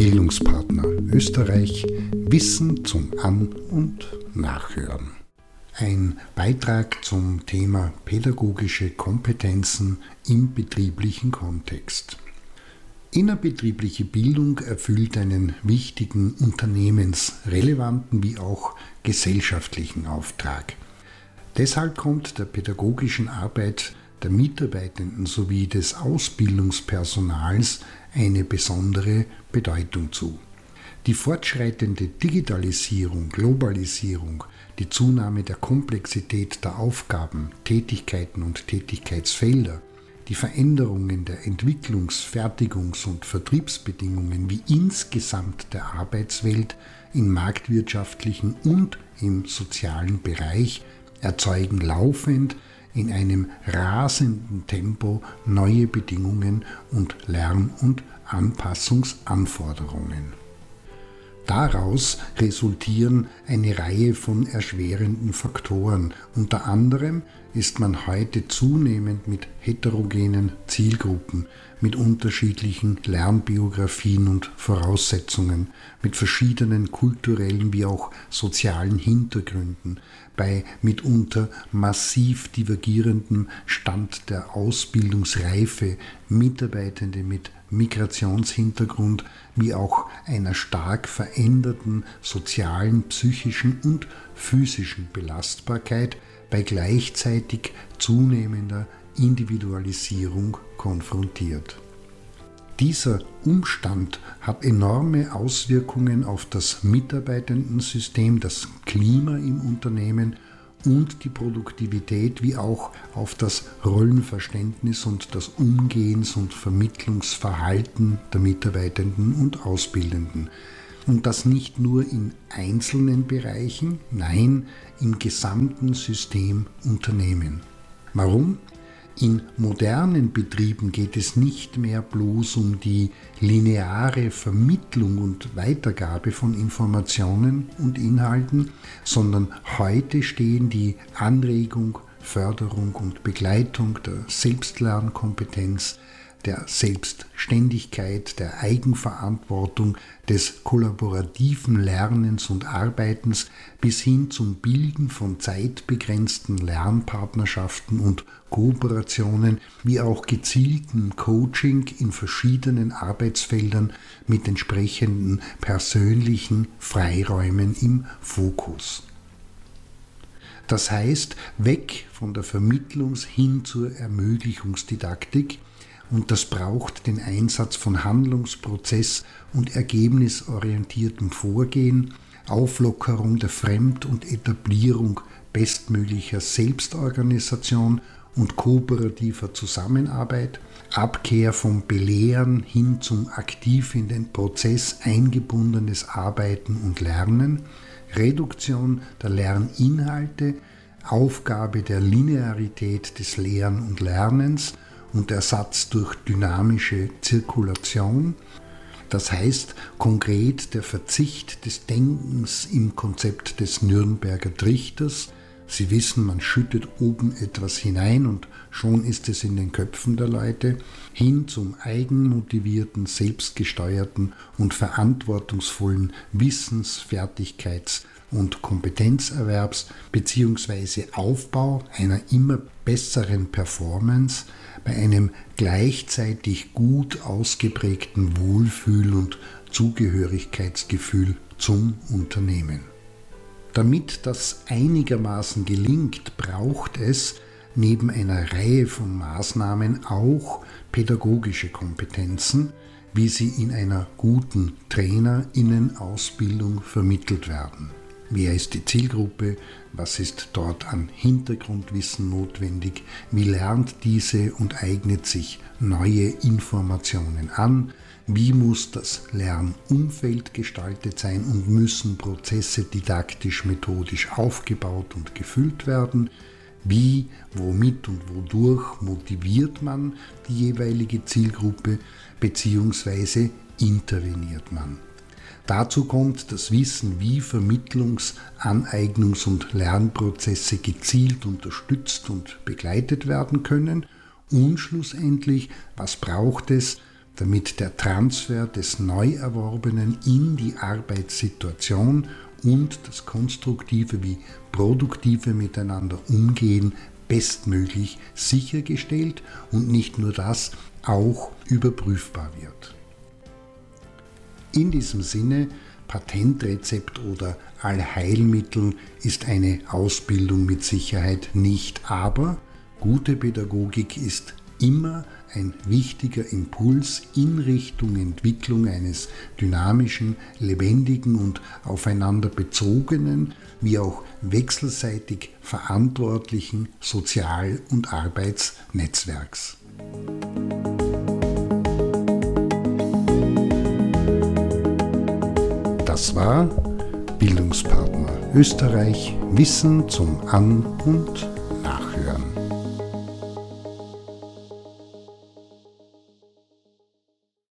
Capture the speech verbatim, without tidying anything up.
Bildungspartner Österreich Wissen zum An- und Nachhören. Ein Beitrag zum Thema pädagogische Kompetenzen im betrieblichen Kontext. Innerbetriebliche Bildung erfüllt einen wichtigen unternehmensrelevanten wie auch gesellschaftlichen Auftrag. Deshalb kommt der pädagogischen Arbeit der Mitarbeitenden sowie des Ausbildungspersonals eine besondere Bedeutung zu. Die fortschreitende Digitalisierung, Globalisierung, die Zunahme der Komplexität der Aufgaben, Tätigkeiten und Tätigkeitsfelder, die Veränderungen der Entwicklungs-, Fertigungs- und Vertriebsbedingungen wie insgesamt der Arbeitswelt im marktwirtschaftlichen und im sozialen Bereich erzeugen laufend in einem rasenden Tempo neue Bedingungen und Lern- und Anpassungsanforderungen. Daraus resultieren eine Reihe von erschwerenden Faktoren. Unter anderem ist man heute zunehmend mit heterogenen Zielgruppen, mit unterschiedlichen Lernbiografien und Voraussetzungen, mit verschiedenen kulturellen wie auch sozialen Hintergründen, bei mitunter massiv divergierendem Stand der Ausbildungsreife, Mitarbeitende mit Migrationshintergrund wie auch einer stark veränderten sozialen, psychischen und physischen Belastbarkeit bei gleichzeitig zunehmender Individualisierung konfrontiert. Dieser Umstand hat enorme Auswirkungen auf das Mitarbeitendensystem, das Klima im Unternehmen und die Produktivität wie auch auf das Rollenverständnis und das Umgehens- und Vermittlungsverhalten der Mitarbeitenden und Ausbildenden. Und das nicht nur in einzelnen Bereichen, nein, im gesamten System Unternehmen. Warum? In modernen Betrieben geht es nicht mehr bloß um die lineare Vermittlung und Weitergabe von Informationen und Inhalten, sondern heute stehen die Anregung, Förderung und Begleitung der Selbstlernkompetenz, der Selbstständigkeit, der Eigenverantwortung, des kollaborativen Lernens und Arbeitens bis hin zum Bilden von zeitbegrenzten Lernpartnerschaften und Kooperationen wie auch gezielten Coaching in verschiedenen Arbeitsfeldern mit entsprechenden persönlichen Freiräumen im Fokus. Das heißt, weg von der Vermittlungs- hin zur Ermöglichungsdidaktik. Und das braucht den Einsatz von handlungsprozess- und ergebnisorientiertem Vorgehen, Auflockerung der Fremd- und Etablierung bestmöglicher Selbstorganisation und kooperativer Zusammenarbeit, Abkehr vom Belehren hin zum aktiv in den Prozess eingebundenes Arbeiten und Lernen, Reduktion der Lerninhalte, Aufgabe der Linearität des Lehren und Lernens und Ersatz durch dynamische Zirkulation, das heißt konkret der Verzicht des Denkens im Konzept des Nürnberger Trichters. Sie wissen, man schüttet oben etwas hinein und schon ist es in den Köpfen der Leute, hin zum eigenmotivierten, selbstgesteuerten und verantwortungsvollen Wissens-, Fertigkeits- und Kompetenzerwerbs bzw. Aufbau einer immer besseren Performance bei einem gleichzeitig gut ausgeprägten Wohlfühl- und Zugehörigkeitsgefühl zum Unternehmen. Damit das einigermaßen gelingt, braucht es neben einer Reihe von Maßnahmen auch pädagogische Kompetenzen, wie sie in einer guten TrainerInnen-Ausbildung vermittelt werden. Wer ist die Zielgruppe? Was ist dort an Hintergrundwissen notwendig? Wie lernt diese und eignet sich neue Informationen an? Wie muss das Lernumfeld gestaltet sein und müssen Prozesse didaktisch-methodisch aufgebaut und gefüllt werden? Wie, womit und wodurch motiviert man die jeweilige Zielgruppe bzw. interveniert man? Dazu kommt das Wissen, wie Vermittlungs-, Aneignungs- und Lernprozesse gezielt unterstützt und begleitet werden können und schlussendlich, was braucht es, damit der Transfer des Neuerworbenen in die Arbeitssituation und das konstruktive wie produktive Miteinander umgehen bestmöglich sichergestellt und nicht nur das, auch überprüfbar wird. In diesem Sinne, Patentrezept oder Allheilmittel ist eine Ausbildung mit Sicherheit nicht, aber gute Pädagogik ist immer ein wichtiger Impuls in Richtung Entwicklung eines dynamischen, lebendigen und aufeinander bezogenen, wie auch wechselseitig verantwortlichen Sozial- und Arbeitsnetzwerks. Das war Bildungspartner Österreich, Wissen zum An- und